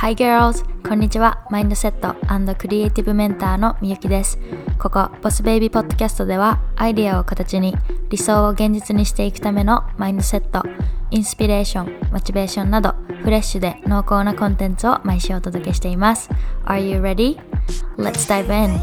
Hi girls! こんにちは。マインドセット&クリエイティブメンターのみゆきです。ここ、ボスベイビーポッドキャストでは、アイデアを形に理想を現実にしていくためのマインドセット、インスピレーション、モチベーションなど、フレッシュで濃厚なコンテンツを毎週お届けしています。Are you ready? Let's dive in!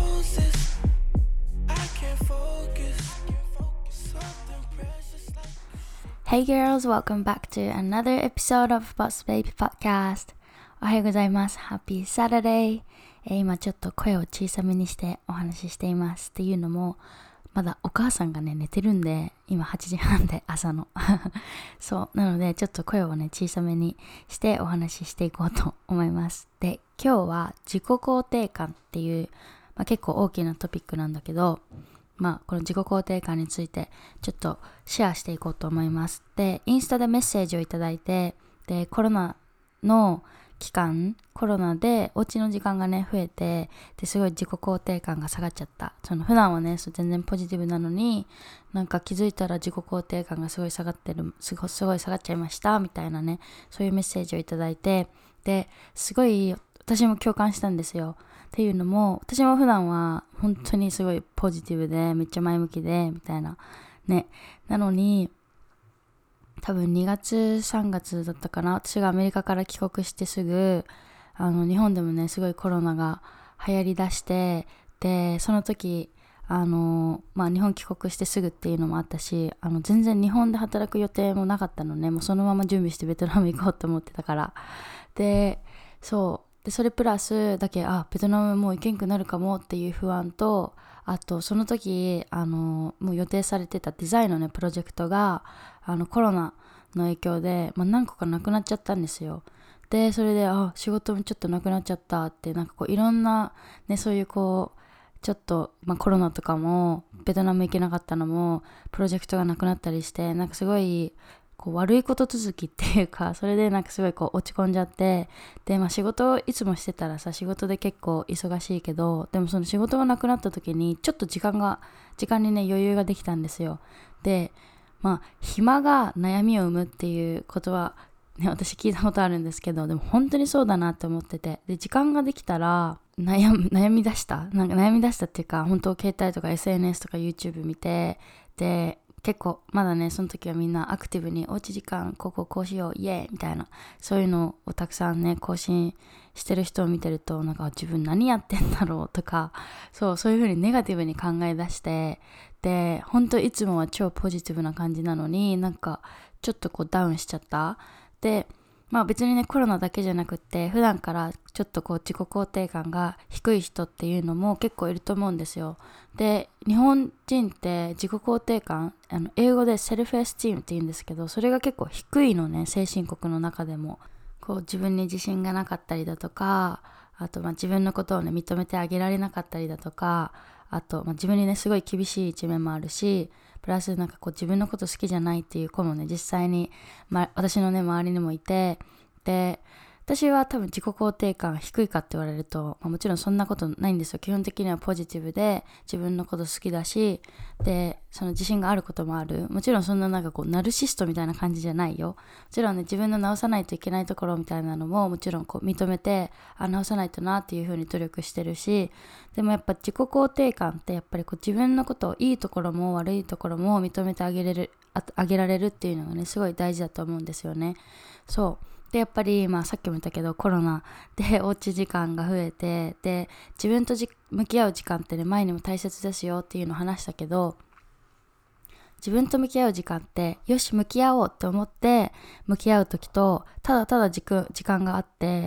Hey girls! Welcome back to another episode of Boss Baby Podcast. おはようございます。Happy Saturday! 今ちょっと声を小さめにしてお話ししています。っていうのも、まだお母さんがね、寝てるんで、今8時半で朝の。そう。なので、ちょっと声をね、小さめにしてお話ししていこうと思います。で、今日は自己肯定感っていう、結構大きなトピックなんだけど、この自己肯定感についてちょっとシェアしていこうと思います。で、インスタでメッセージをいただいて、で、コロナの期間、コロナでお家の時間がね、増えて、ですごい自己肯定感が下がっちゃった。普段はね、全然ポジティブなのに、なんか気づいたら自己肯定感がすごい下がってる、すごい下がっちゃいました、みたいなね、そういうメッセージをいただいて、で、すごい私も共感したんですよ。っていうのも、私も普段は本当にすごいポジティブで、めっちゃ前向きで、みたいな。ね。なのに、多分2月3月だったかな。私がアメリカから帰国してすぐ、日本でもね、すごいコロナが流行りだして、で、その時、日本帰国してすぐっていうのもあったし、全然日本で働く予定もなかったのね。もうそのまま準備してベトナム行こうと思ってたから。で、そう。で、それプラス、ベトナムもう行けんくなるかもっていう不安と、あと、その時、もう予定されてたデザインのね、プロジェクトが、コロナの影響で、何個かなくなっちゃったんですよ。で、それで、仕事もちょっとなくなっちゃったって、いろんな、ね、そういうちょっと、コロナとかも、ベトナム行けなかったのも、プロジェクトがなくなったりして、すごい、悪いこと続きっていうか、それですごい落ち込んじゃって、で、仕事をいつもしてたらさ、仕事で結構忙しいけど、でもその仕事がなくなった時に、ちょっと時間にね、余裕ができたんですよ。で、暇が悩みを生むっていうことは、ね、私聞いたことあるんですけど、でも本当にそうだなって思ってて、で、時間ができたら、悩み出したっていうか、本当携帯とか SNS とか YouTube 見て、で、結構まだね、その時はみんなアクティブにおうち時間こうしようイエーイみたいな、そういうのをたくさんね更新してる人を見てると、自分何やってんだろうとか、そういう風にネガティブに考え出して、で本当いつもは超ポジティブな感じなのに、ちょっとダウンしちゃった。で別にね、コロナだけじゃなくって普段からちょっと自己肯定感が低い人っていうのも結構いると思うんですよ。で、日本人って自己肯定感、英語でセルフエスティームって言うんですけど、それが結構低いのね、先進国の中でも。自分に自信がなかったりだとか、あと自分のことをね認めてあげられなかったりだとか、あと自分にねすごい厳しい一面もあるし、プラス自分のこと好きじゃないっていう子もね実際に、私のね周りにもいて、で私は多分自己肯定感低いかって言われると、もちろんそんなことないんですよ。基本的にはポジティブで自分のこと好きだし、でその自信があることもある。もちろんそんなナルシストみたいな感じじゃないよ。もちろんね、自分の直さないといけないところみたいなのももちろん認めて、直さないとなっていう風に努力してるし、でもやっぱ自己肯定感ってやっぱり自分のことをいいところも悪いところも認めてあげられるっていうのがねすごい大事だと思うんですよね。そうで、やっぱりさっきも言ったけど、コロナでおうち時間が増えて、で自分と向き合う時間ってね前にも大切ですよっていうのを話したけど、自分と向き合う時間ってよし向き合おうって思って向き合う時と、ただただ時間があって、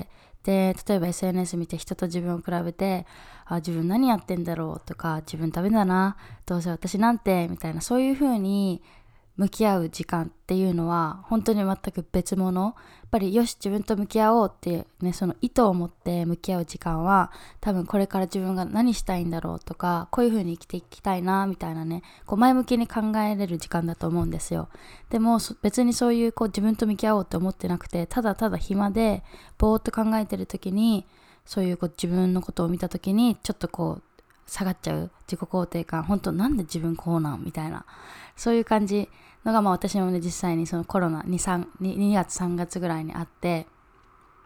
で例えば SNS 見て人と自分を比べて、自分何やってんだろうとか、自分ダメだな、どうせ私なんてみたいな、そういう風に向き合う時間っていうのは本当に全く別物。やっぱりよし自分と向き合おうってね、その意図を持って向き合う時間は、多分これから自分が何したいんだろうとか、こういう風に生きていきたいなみたいなね、前向きに考えれる時間だと思うんですよ。でも別にそういう自分と向き合おうって思ってなくて、ただただ暇でぼーっと考えてる時に、そういう自分のことを見た時にちょっと下がっちゃう自己肯定感、本当なんで自分こうなんみたいな、そういう感じのが私もね実際にそのコロナ2月3月ぐらいにあって、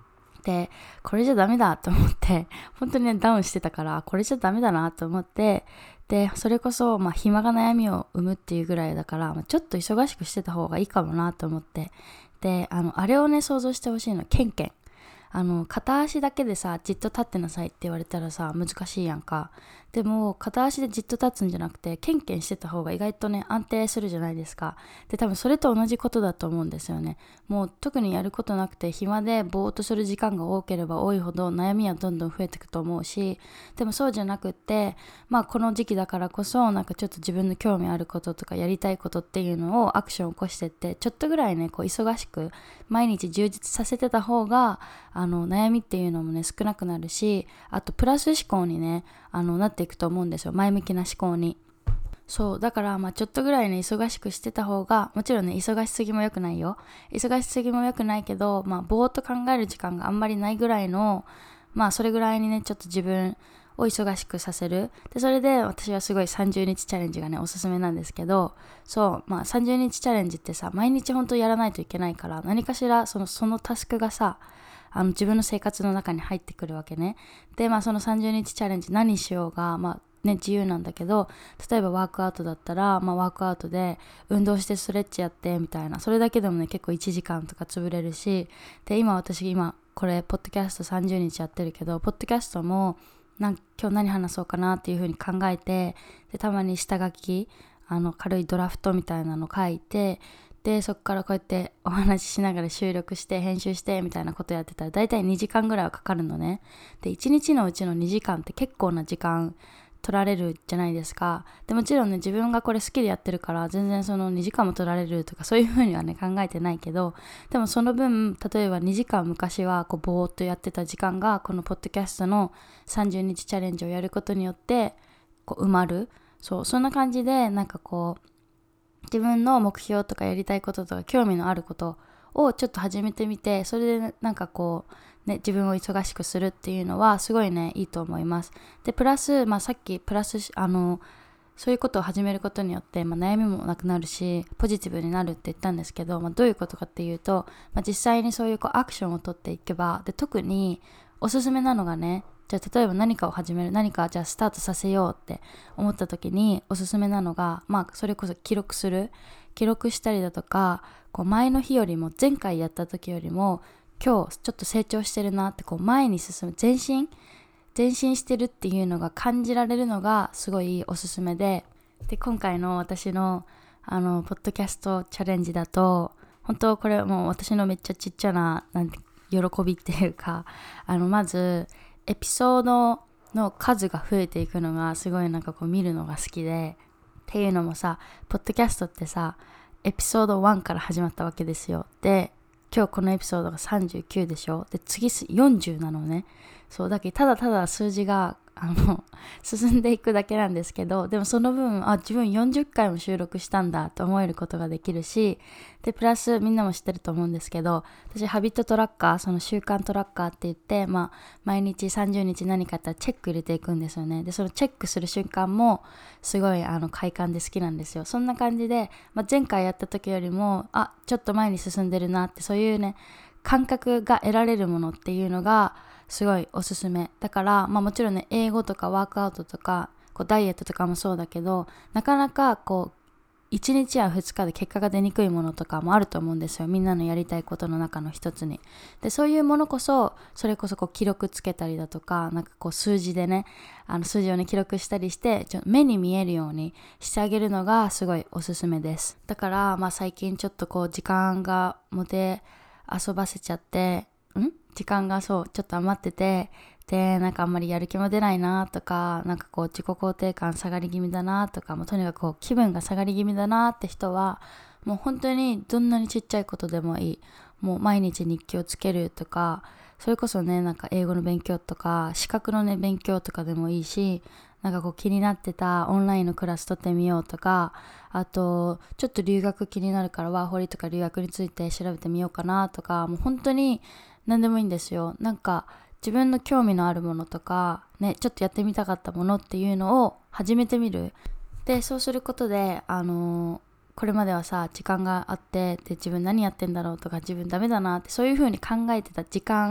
でこれじゃダメだと思って本当にねダウンしてたからこれじゃダメだなと思って、でそれこそ暇が悩みを生むっていうぐらいだから、ちょっと忙しくしてた方がいいかもなと思って、であれをね想像してほしいの。ケンケン、片足だけでさじっと立ってなさいって言われたらさ難しいやんか。でも片足でじっと立つんじゃなくてケンケンしてた方が意外とね安定するじゃないですか。で多分それと同じことだと思うんですよね。もう特にやることなくて暇でぼーっとする時間が多ければ多いほど悩みはどんどん増えていくと思うし、でもそうじゃなくってこの時期だからこそなんかちょっと自分の興味あることとかやりたいことっていうのをアクションを起こしてってちょっとぐらいねこう忙しく毎日充実させてた方が悩みっていうのもね少なくなるし、あとプラス思考にねなっていくと思うんですよ。前向きな思考に。そうだからちょっとぐらいね忙しくしてた方が、もちろんね忙しすぎも良くないよ。忙しすぎも良くないけどぼーっと考える時間があんまりないぐらいのそれぐらいにねちょっと自分を忙しくさせる。でそれで私はすごい30日チャレンジがねおすすめなんですけど、そう30日チャレンジってさ毎日本当やらないといけないから、何かしらそのタスクがさ自分の生活の中に入ってくるわけね。でその30日チャレンジ何しようが自由なんだけど、例えばワークアウトだったら、ワークアウトで運動してストレッチやってみたいな、それだけでもね結構1時間とか潰れるし、で私これポッドキャスト30日やってるけど、ポッドキャストも今日何話そうかなっていう風に考えて、でたまに下書き軽いドラフトみたいなの書いて、でそっからこうやってお話ししながら収録して編集してみたいなことやってたらだいたい2時間ぐらいはかかるのね。で1日のうちの2時間って結構な時間取られるじゃないですか。でもちろんね自分がこれ好きでやってるから全然その2時間も取られるとかそういう風にはね考えてないけど、でもその分例えば2時間昔はこうぼーっとやってた時間がこのポッドキャストの30日チャレンジをやることによってこう埋まる。そんな感じでなんかこう自分の目標とかやりたいこととか興味のあることをちょっと始めてみて、それでなんかこうね自分を忙しくするっていうのはすごいねいいと思います。でプラスさっきプラスそういうことを始めることによって、悩みもなくなるしポジティブになるって言ったんですけど、どういうことかっていうと、実際にそういうアクションを取っていけば、で特におすすめなのがね、じゃあ例えば何かを始める、何かじゃあスタートさせようって思った時におすすめなのが、それこそ記録したりだとか、こう前の日よりも前回やった時よりも今日ちょっと成長してるなってこう前に進む前進してるっていうのが感じられるのがすごいおすすめで、今回の私のポッドキャストチャレンジだと本当これもう私のめっちゃちっちゃな喜びっていうか、まずエピソードの数が増えていくのがすごいなんかこう見るのが好きで、っていうのもさポッドキャストってさエピソード1から始まったわけですよ。で今日このエピソードが39でしょ。で次40なのね。そうだけどただただ数字が進んでいくだけなんですけど、でもその分自分40回も収録したんだと思えることができるし、でプラスみんなも知ってると思うんですけど、私ハビットトラッカー、その習慣トラッカーって言って、毎日30日何かやったらチェック入れていくんですよね。でそのチェックする瞬間もすごい快感で好きなんですよ。そんな感じで、前回やった時よりもちょっと前に進んでるなって、そういうね感覚が得られるものっていうのがすごいおすすめだから、もちろんね英語とかワークアウトとかこうダイエットとかもそうだけど、なかなかこう1日や2日で結果が出にくいものとかもあると思うんですよ。みんなのやりたいことの中の一つに。でそういうものこそそれこそこう記録つけたりだとか、なんかこう数字でね数字をね記録したりして目に見えるようにしてあげるのがすごいおすすめです。だから最近ちょっとこう時間が持て遊ばせちゃって時間がちょっと余ってて、でなんかあんまりやる気も出ないなとか、なんかこう自己肯定感下がり気味だなとか、とにかくこう気分が下がり気味だなって人はもう本当にどんなにちっちゃいことでもいい、もう毎日日記をつけるとか、それこそねなんか英語の勉強とか資格のね勉強とかでもいいし、なんかこう気になってたオンラインのクラス取ってみようとか、あとちょっと留学気になるからワーホリとか留学について調べてみようかなとか、もう本当に何でもいいんですよ。なんか自分の興味のあるものとかね、ちょっとやってみたかったものっていうのを始めてみる。でそうすることでこれまではさ時間があって、で自分何やってんだろうとか自分ダメだなってそういう風に考えてた時間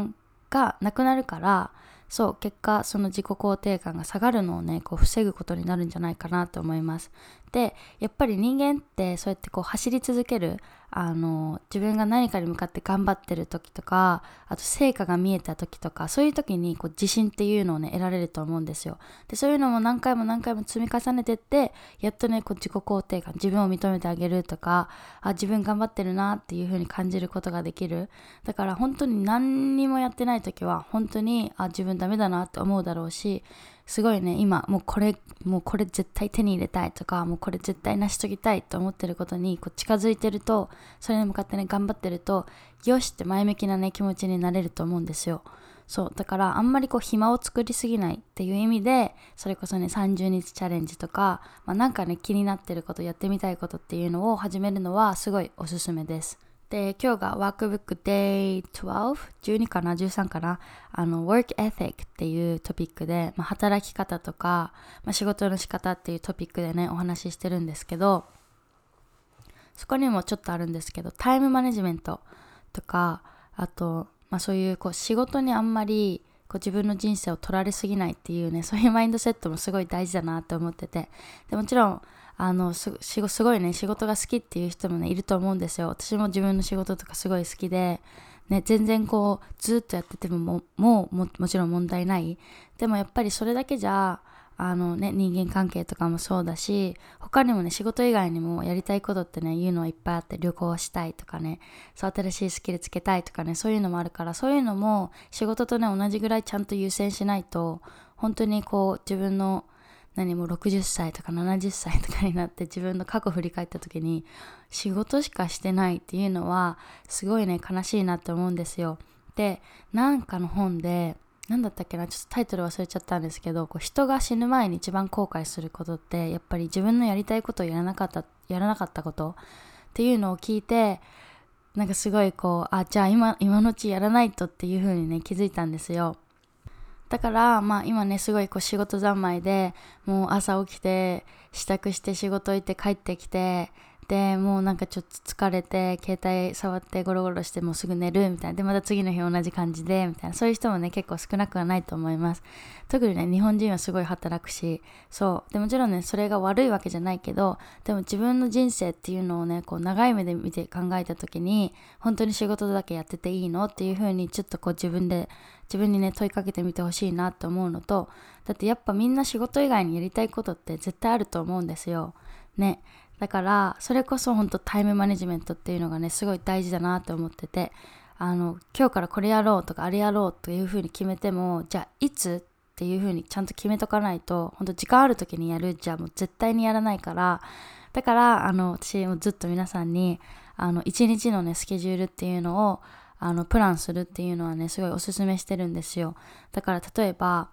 がなくなるから、そう結果その自己肯定感が下がるのをねこう防ぐことになるんじゃないかなと思います。でやっぱり人間ってそうやってこう走り続ける、自分が何かに向かって頑張ってる時とか、あと成果が見えた時とか、そういう時にこう自信っていうのをね得られると思うんですよ。でそういうのも何回も何回も積み重ねてって、やっとねこう自己肯定感、自分を認めてあげるとか、自分頑張ってるなっていう風に感じることができる。だから本当に何にもやってない時は本当に自分ダメだなって思うだろうし、すごいね今もうこれ絶対手に入れたいとか、もうこれ絶対成し遂げたいと思ってることにこう近づいてると、それに向かってね頑張ってると、よしって前向きなね気持ちになれると思うんですよ。そうだからあんまりこう暇を作りすぎないっていう意味で、それこそね30日チャレンジとか、なんかね気になってること、やってみたいことっていうのを始めるのはすごいおすすめです。で今日がワークブック Day 12、12かな13かな、Work Ethic っていうトピックで、働き方とか、仕事の仕方っていうトピックでねお話ししてるんですけど、そこにもちょっとあるんですけど、タイムマネジメントとか、あと、そういうこう仕事にあんまりこう自分の人生を取られすぎないっていうね、そういうマインドセットもすごい大事だなって思ってて、でもちろんすごいね仕事が好きっていう人もねいると思うんですよ。私も自分の仕事とかすごい好きで、ね、全然こうずっとやっててももちろん問題ない。でもやっぱりそれだけじゃ人間関係とかもそうだし、他にもね仕事以外にもやりたいことってねいうのはいっぱいあって、旅行したいとかね、そう新しいスキルつけたいとかね、そういうのもあるから、そういうのも仕事とね同じぐらいちゃんと優先しないと、本当にこう自分のもう60歳とか70歳とかになって自分の過去振り返った時に仕事しかしてないっていうのはすごいね悲しいなって思うんですよ。でなんかの本で、なんだったっけな、ちょっとタイトル忘れちゃったんですけど、こう人が死ぬ前に一番後悔することってやっぱり自分のやりたいことをやらなかったことっていうのを聞いて、なんかすごいこうじゃあ今のうちやらないとっていう風にね気づいたんですよ。だから今ねすごいこう仕事三昧で、もう朝起きて支度して仕事行って帰ってきて、でもうなんかちょっと疲れて携帯触ってゴロゴロしてもうすぐ寝るみたいな、でまた次の日同じ感じでみたいな、そういう人もね結構少なくはないと思います。特にね日本人はすごい働くし、そうでもちろんねそれが悪いわけじゃないけど、でも自分の人生っていうのをねこう長い目で見て考えた時に、本当に仕事だけやってていいのっていう風にちょっとこう自分にね問いかけてみてほしいなって思うのと、だってやっぱみんな仕事以外にやりたいことって絶対あると思うんですよね。だからそれこそ本当タイムマネジメントっていうのがねすごい大事だなって思ってて、今日からこれやろうとかあれやろうという風に決めても、じゃあいつっていう風にちゃんと決めとかないと、本当時間ある時にやるじゃもう絶対にやらないから。だから私もずっと皆さんに一日のねスケジュールっていうのをプランするっていうのはねすごいおすすめしてるんですよ。だから例えば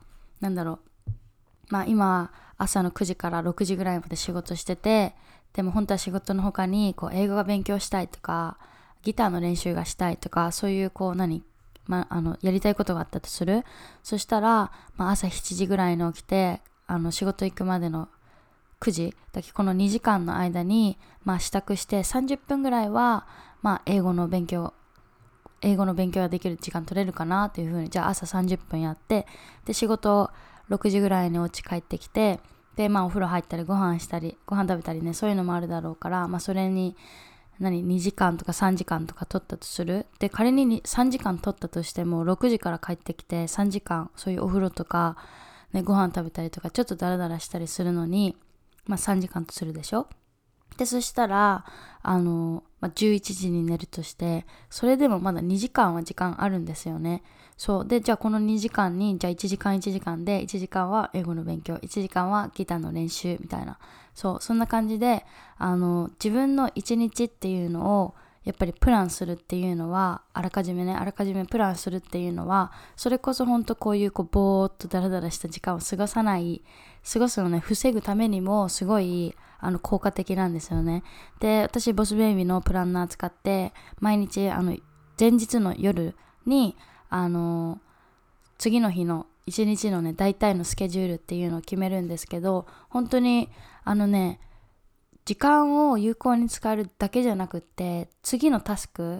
今朝の9時から6時ぐらいまで仕事してて、でも本当は仕事の他にこう英語が勉強したいとか、ギターの練習がしたいとか、そういうこうやりたいことがあったとする。そしたら、朝7時ぐらいに起きて仕事行くまでの9時だけ、この2時間の間に支度して30分ぐらいは英語の勉強ができる時間取れるかなっていう風に、じゃあ朝30分やって、で仕事6時ぐらいにお家帰ってきて、でお風呂入ったりご飯食べたりね、そういうのもあるだろうから、それに2時間とか3時間とか取ったとする。で仮に3時間取ったとしても、6時から帰ってきて3時間そういうお風呂とか、ご飯食べたりとかちょっとダラダラしたりするのに、3時間とするでしょ。でそしたら11時に寝るとして、それでもまだ2時間は時間あるんですよね。そうで、じゃあこの2時間にじゃあ1時間1時間で、1時間は英語の勉強、1時間はギターの練習みたいな、そんな感じで自分の1日っていうのをやっぱりプランするっていうのは、あらかじめプランするっていうのは、それこそ本当こういうぼーっとダラダラした時間を過ごすのね防ぐためにもすごい効果的なんですよね。で私ボスベイビーのプランナー使って毎日前日の夜に次の日の一日のね大体のスケジュールっていうのを決めるんですけど、本当に時間を有効に使えるだけじゃなくって、次のタスク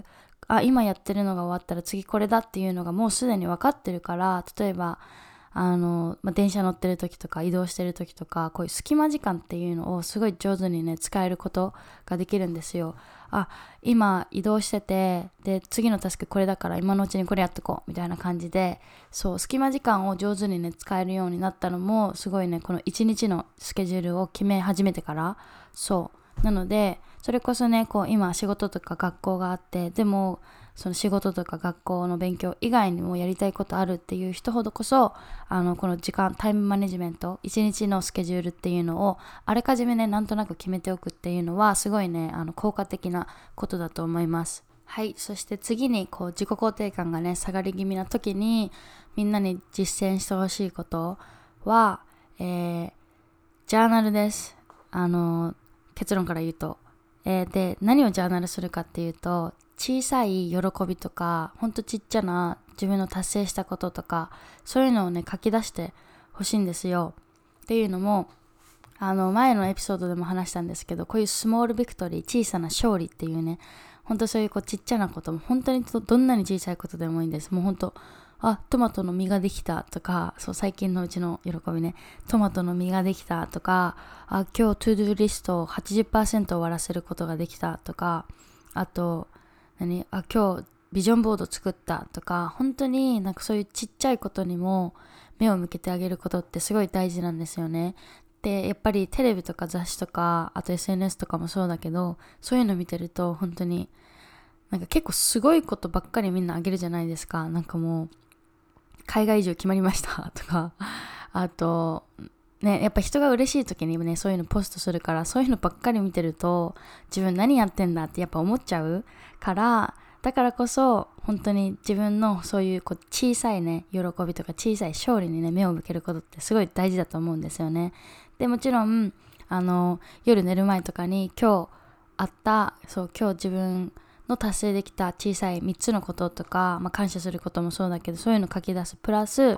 今やってるのが終わったら次これだっていうのがもうすでに分かってるから、例えば電車乗ってる時とか移動してる時とか、こういう隙間時間っていうのをすごい上手にね使えることができるんですよ。今移動してて、で次のタスクこれだから今のうちにこれやっとこうみたいな感じで、そう隙間時間を上手にね使えるようになったのもすごいね、この一日のスケジュールを決め始めてから。そうなので、それこそね、こう今仕事とか学校があって、でもその仕事とか学校の勉強以外にもやりたいことあるっていう人ほどこそ、この時間タイムマネジメント、一日のスケジュールっていうのをあらかじめねなんとなく決めておくっていうのはすごいね効果的なことだと思います。はい。そして次にこう自己肯定感がね下がり気味な時にみんなに実践してほしいことは、ジャーナルです。結論から言うと、で何をジャーナルするかっていうと、小さい喜びとかほんとちっちゃな自分の達成したこととか、そういうのをね書き出してほしいんですよ。っていうのも前のエピソードでも話したんですけど、こういうスモールビクトリー、小さな勝利っていうね、ほんとそういうちっちゃなことも本当にどんなに小さいことでもいいんです。もうほんとトマトの実ができたとか、そう最近のうちの喜びね、トマトの実ができたとか、今日トゥードゥーリストを 80% 終わらせることができたとか、あと今日ビジョンボード作ったとか、本当になんかそういうちっちゃいことにも目を向けてあげることってすごい大事なんですよね。でやっぱりテレビとか雑誌とか、あと SNS とかもそうだけど、そういうの見てると本当になんか結構すごいことばっかりみんなあげるじゃないですか。なんかもう海外移住決まりましたとか、あとね、やっぱ人が嬉しい時にもねそういうのポストするから、そういうのばっかり見てると自分何やってんだってやっぱ思っちゃうから、だからこそ本当に自分のそういう小さいね喜びとか小さい勝利にね目を向けることってすごい大事だと思うんですよね。でもちろん夜寝る前とかに今日自分の達成できた小さい3つのこととか、感謝することもそうだけど、そういうの書き出すプラス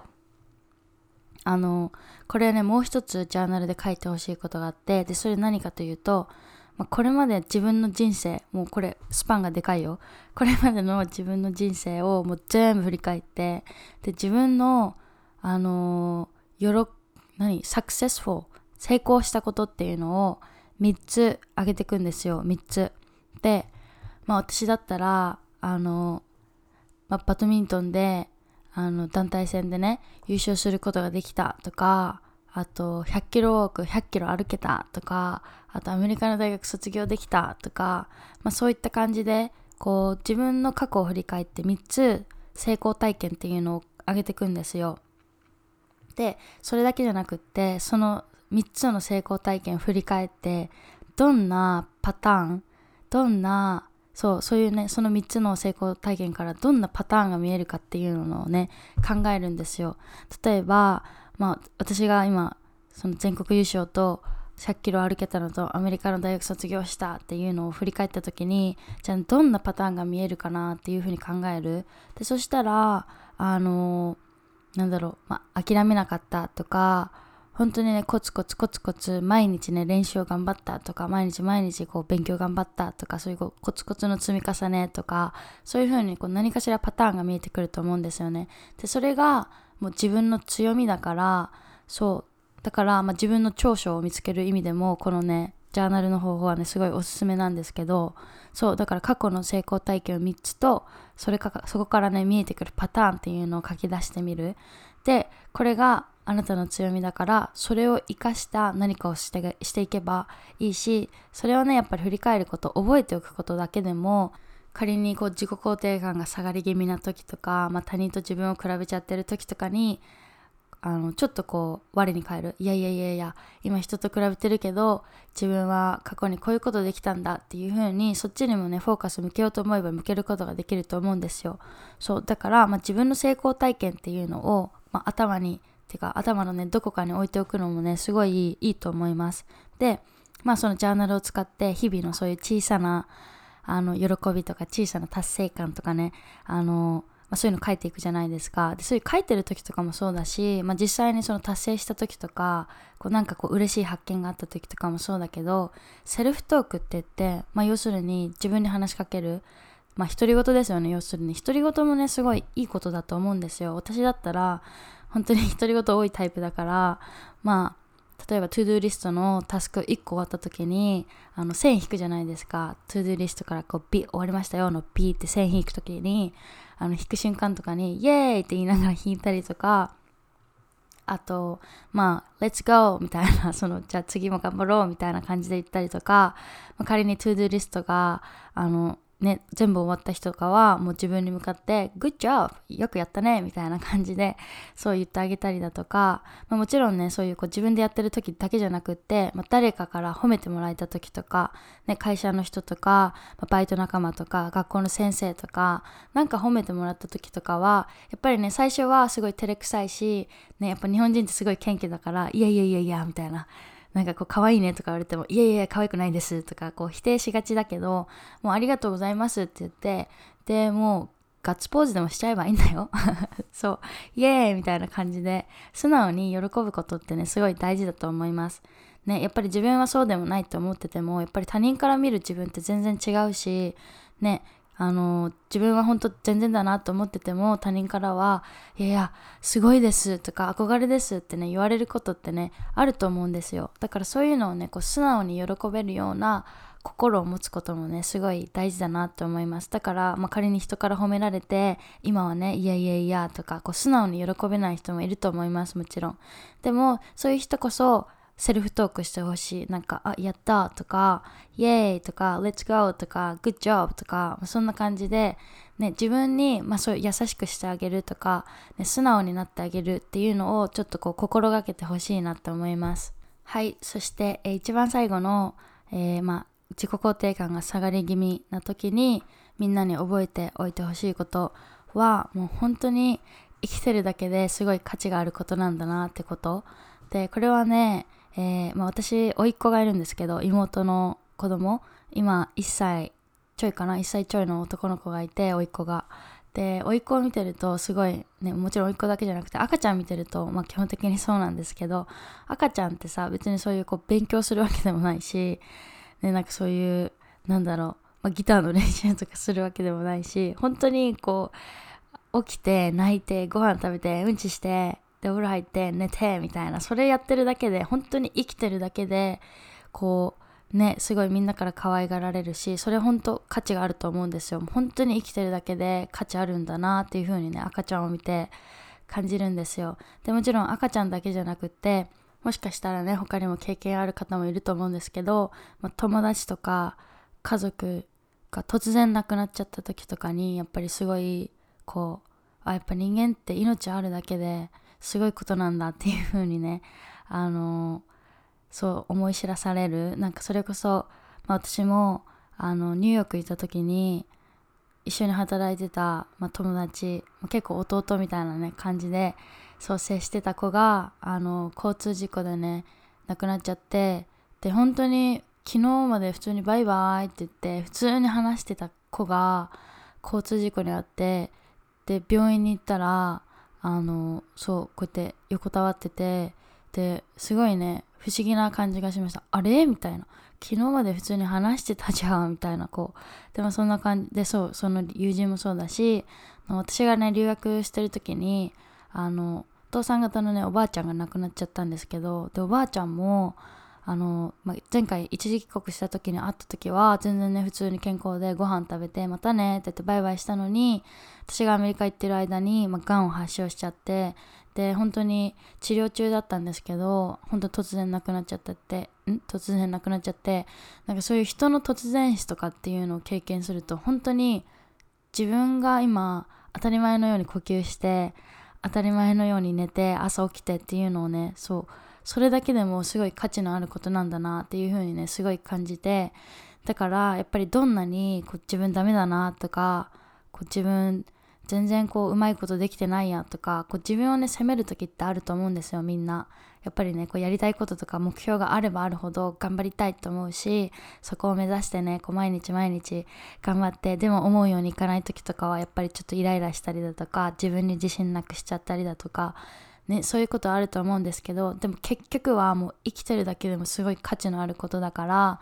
これねもう一つジャーナルで書いてほしいことがあって、でそれ何かというと、これまで自分の人生、もうこれスパンがでかいよ、これまでの自分の人生をもう全部振り返って、で自分のサクセスフォー、成功したことっていうのを3つ挙げていくんですよ。3つで、私だったらバドミントンで団体戦でね優勝することができたとか、あと100キロウォーク100キロ歩けたとか、あとアメリカの大学卒業できたとか、そういった感じでこう自分の過去を振り返って3つ成功体験っていうのを挙げていくんですよ。でそれだけじゃなくって、その3つの成功体験を振り返って、どんなパターン、そういうね、その3つの成功体験からどんなパターンが見えるかっていうのをね考えるんですよ。例えば私が今その全国優勝と100キロ歩けたのとアメリカの大学卒業したっていうのを振り返った時に、じゃあどんなパターンが見えるかなっていうふうに考える。でそしたら諦めなかったとか、本当にねコツコツ毎日ね練習を頑張ったとか、毎日こう勉強頑張ったとか、そういうコツコツの積み重ねとか、そういう風に何かしらパターンが見えてくると思うんですよね。でそれがもう自分の強みだから、だから自分の長所を見つける意味でもこのねジャーナルの方法はねすごいおすすめなんですけど、だから過去の成功体験を3つと、そこからね見えてくるパターンっていうのを書き出してみる。でこれがあなたの強みだから、それを生かした何かをしていけばいいし、それをねやっぱり振り返ること、覚えておくことだけでも、仮に自己肯定感が下がり気味な時とか、他人と自分を比べちゃってる時とかにちょっと我に返る、いや今人と比べてるけど自分は過去にこういうことできたんだっていう風に、そっちにもねフォーカス向けようと思えば向けることができると思うんですよ。だから、自分の成功体験っていうのを、頭のねどこかに置いておくのもねすごいいいと思います。でそのジャーナルを使って日々のそういう小さな喜びとか小さな達成感とかねそういうの書いていくじゃないですか。でそういう書いてる時とかもそうだし、実際にその達成した時とか嬉しい発見があった時とかもそうだけど、セルフトークって言って、要するに自分に話しかける、 独り言ですよね。要するに独り言もねすごいいいことだと思うんですよ。私だったら本当に独り言多いタイプだから、例えばトゥードゥーリストのタスク1個終わった時に線引くじゃないですか。トゥードゥーリストからこう終わりましたよの B って線引く時に引く瞬間とかにイエーイって言いながら引いたりとか、あとLet's go みたいなじゃあ次も頑張ろうみたいな感じで言ったりとか、仮にトゥードゥーリストが全部終わった人とかはもう自分に向かって Good job よくやったねみたいな感じでそう言ってあげたりだとか、もちろんねそういう自分でやってる時だけじゃなくって、誰かから褒めてもらえた時とか、会社の人とか、バイト仲間とか学校の先生とかなんか褒めてもらった時とかはやっぱりね最初はすごい照れくさいし、やっぱ日本人ってすごい謙虚だからいやみたいな、なんか可愛いねとか言われてもいや可愛くないですとか否定しがちだけど、もうありがとうございますって言って、でもうガッツポーズでもしちゃえばいいんだよそうイエーイみたいな感じで素直に喜ぶことってねすごい大事だと思いますね。やっぱり自分はそうでもないと思ってても、やっぱり他人から見る自分って全然違うしね、自分は本当全然だなと思ってても他人からはいやすごいですとか憧れですってね言われることってねあると思うんですよ。だからそういうのをね素直に喜べるような心を持つこともねすごい大事だなと思います。だから、仮に人から褒められて今はねいやとか素直に喜べない人もいると思います。もちろんでもそういう人こそセルフトークしてほしい。なんかやったとかイエーイとか Let's go とか Good job とかそんな感じで、自分に、そう優しくしてあげるとか、素直になってあげるっていうのをちょっと心がけてほしいなと思います。はい。そして、一番最後の、自己肯定感が下がり気味な時にみんなに覚えておいてほしいことは、もう本当に生きてるだけですごい価値があることなんだなってことで、これはね私甥っ子がいるんですけど、妹の子供今1歳ちょいかな、1歳ちょいの男の子がいて、甥っ子がで甥っ子を見てるとすごいね、もちろん甥っ子だけじゃなくて赤ちゃん見てると基本的にそうなんですけど、赤ちゃんってさ別にそういう勉強するわけでもないし、なんかそういうギターの練習とかするわけでもないし、本当に起きて泣いてご飯食べてうんちしてでお風呂入って寝てみたいな、それやってるだけで本当に生きてるだけですごいみんなから可愛がられるし、それ本当価値があると思うんですよ。本当に生きてるだけで価値あるんだなっていう風にね赤ちゃんを見て感じるんですよ。でもちろん赤ちゃんだけじゃなくって、もしかしたらね他にも経験ある方もいると思うんですけど、友達とか家族が突然亡くなっちゃった時とかにやっぱりすごいやっぱ人間って命あるだけですごいことなんだっていう風にねそう思い知らされる。なんかそれこそ、私もニューヨーク行った時に一緒に働いてた、友達、結構弟みたいなね感じでそう接してた子が交通事故でね亡くなっちゃって、で本当に昨日まで普通にバイバイって言って普通に話してた子が交通事故に遭って、で病院に行ったらこうやって横たわってて、ですごいね不思議な感じがしました。あれみたいな、昨日まで普通に話してたじゃんみたいなでもそんな感じで、その友人もそうだし、私がね留学してる時にお父さん方のねおばあちゃんが亡くなっちゃったんですけど、でおばあちゃんも前回一時帰国した時に会った時は全然ね普通に健康でご飯食べてまたねって言ってバイバイしたのに、私がアメリカ行ってる間にがんを発症しちゃって、で本当に治療中だったんですけど、本当突然亡くなっちゃって、なんかそういう人の突然死とかっていうのを経験すると、本当に自分が今当たり前のように呼吸して当たり前のように寝て朝起きてっていうのをね、それだけでもすごい価値のあることなんだなっていう風にねすごい感じて、だからやっぱりどんなに自分ダメだなとか自分全然うまいことできてないやとか自分をね責める時ってあると思うんですよ。みんなやっぱりねやりたいこととか目標があればあるほど頑張りたいと思うし、そこを目指してね毎日頑張って、でも思うようにいかない時とかはやっぱりちょっとイライラしたりだとか自分に自信なくしちゃったりだとかね、そういうことあると思うんですけど、でも結局はもう生きてるだけでもすごい価値のあることだから、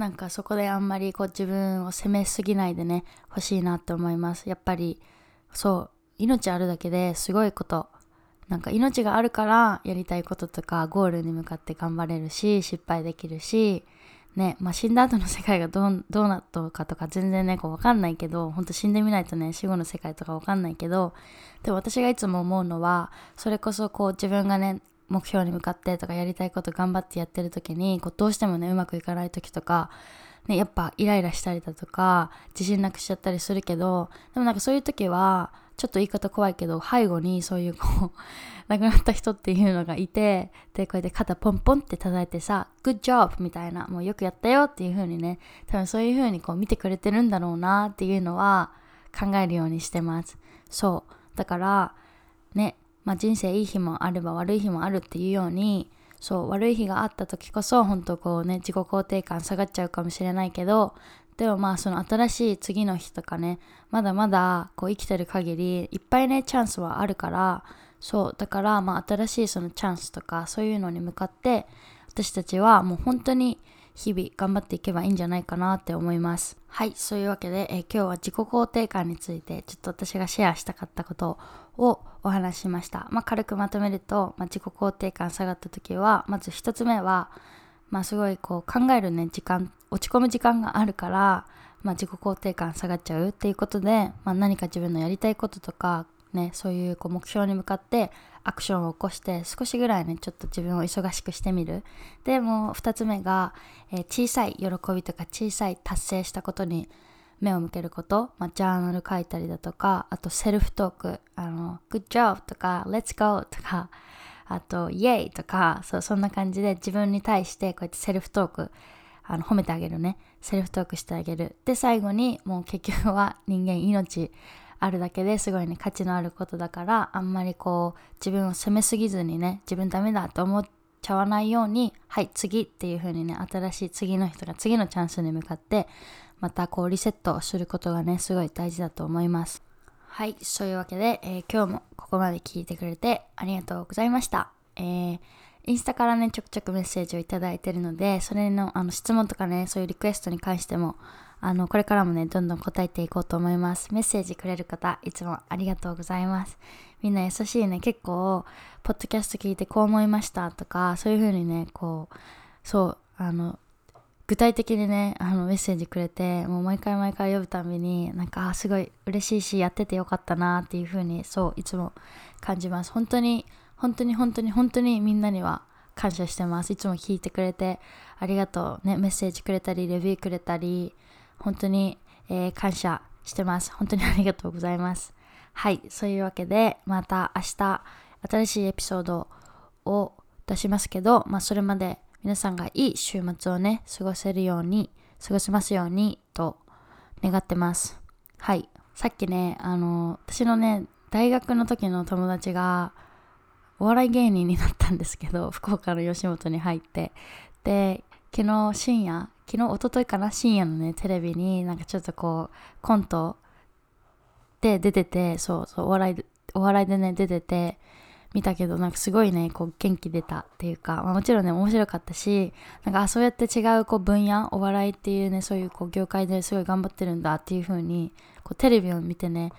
なんかそこであんまりこう自分を責めすぎないでね欲しいなって思います。やっぱりそう命あるだけですごいこと、なんか命があるからやりたいこととかゴールに向かって頑張れるし失敗できるしね、死んだ後の世界がどうなったかとか全然ねこう分かんないけど、ほんと死んでみないとね死後の世界とか分かんないけど、でも私がいつも思うのはそれこそこう自分がね目標に向かってとかやりたいこと頑張ってやってる時にこうどうしてもねうまくいかない時とか、ね、やっぱイライラしたりだとか自信なくしちゃったりするけど、でもなんかそういう時はちょっと言い方怖いけど背後にそういうこう亡くなった人っていうのがいて、でこうやって肩ポンポンって叩いてさ Good job みたいな、もうよくやったよっていう風にね、多分そういう風にこう見てくれてるんだろうなっていうのは考えるようにしてます。そうだからね、人生いい日もあれば悪い日もあるっていうように、そう悪い日があった時こそ本当こうね自己肯定感下がっちゃうかもしれないけど、でもその新しい次の日とかね、まだまだこう生きてる限りいっぱいねチャンスはあるから、そうだから新しいそのチャンスとかそういうのに向かって私たちはもう本当に日々頑張っていけばいいんじゃないかなって思います。はい、そういうわけで、今日は自己肯定感についてちょっと私がシェアしたかったことをお話ししました。軽くまとめると、自己肯定感下がった時はまず一つ目はすごいこう考えるね時間、落ち込む時間があるから、自己肯定感下がっちゃうっていうことで、何か自分のやりたいこととかね、そういうこう目標に向かってアクションを起こして少しぐらいねちょっと自分を忙しくしてみる。でもう2つ目が、小さい喜びとか小さい達成したことに目を向けること、ジャーナル書いたりだとか、あとセルフトーク、Good job とか Let's go とか、あとイエイとか、そんな感じで自分に対してこうやってセルフトーク褒めてあげるね、セルフトークしてあげる。で最後にもう結局は人間命あるだけですごいね価値のあることだから、あんまりこう自分を責めすぎずにね、自分ダメだと思っちゃわないように、はい次っていう風にね、新しい次の人が次のチャンスに向かってまたこうリセットすることがねすごい大事だと思います。はい、そういうわけで、今日もここまで聞いてくれてありがとうございました。インスタからねちょくちょくメッセージをいただいているので、それの質問とかね、そういうリクエストに関してもこれからもねどんどん答えていこうと思います。メッセージくれる方いつもありがとうございます。みんな優しいね。結構ポッドキャスト聞いてこう思いましたとか、そういう風にねこうそう具体的にねメッセージくれて、もう毎回読むたびになんかすごい嬉しいし、やっててよかったなっていう風にそういつも感じます。本当にみんなには感謝してます。いつも聞いてくれてありがとうね。メッセージくれたりレビューくれたり本当に、感謝してます。本当にありがとうございます。はい、そういうわけでまた明日新しいエピソードを出しますけど、それまで皆さんがいい週末をね過ごせますようにと願ってます。はい、さっきね私のね大学の時の友達がお笑い芸人になったんですけど、福岡の吉本に入って、で一昨日かな、深夜のねテレビになんかちょっとこうコントで出てて、お笑いでね出てて見たけど、なんかすごいねこう元気出たっていうか、もちろんね面白かったし、なんかそうやって違うこう分野、お笑いっていうねそういうこう業界ですごい頑張ってるんだっていう風にこうテレビを見てね、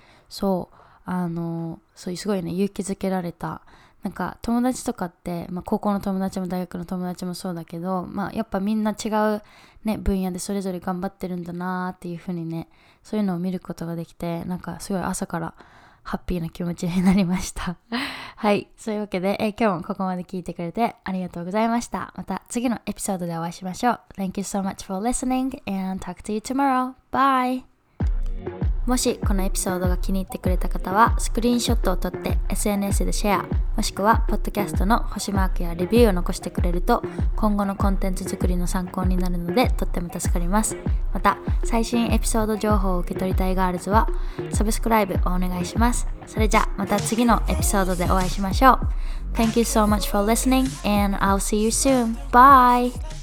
そういうすごいね勇気づけられた。なんか友達とかって、高校の友達も大学の友達もそうだけど、やっぱみんな違う、ね、分野でそれぞれ頑張ってるんだなっていう風にね、そういうのを見ることができて、なんかすごい朝からハッピーな気持ちになりましたはい、そういうわけで、今日もここまで聞いてくれてありがとうございました。また次のエピソードでお会いしましょう。 Thank you so much for listening and talk to you tomorrow. Bye. もしこのエピソードが気に入ってくれた方はスクリーンショットを撮って SNS でシェア、もしくはポッドキャストの星マークやレビューを残してくれると今後のコンテンツ作りの参考になるのでとっても助かります。また最新エピソード情報を受け取りたいガールズはサブスクライブをお願いします。それじゃまた次のエピソードでお会いしましょう。 Thank you so much for listening and I'll see you soon. Bye.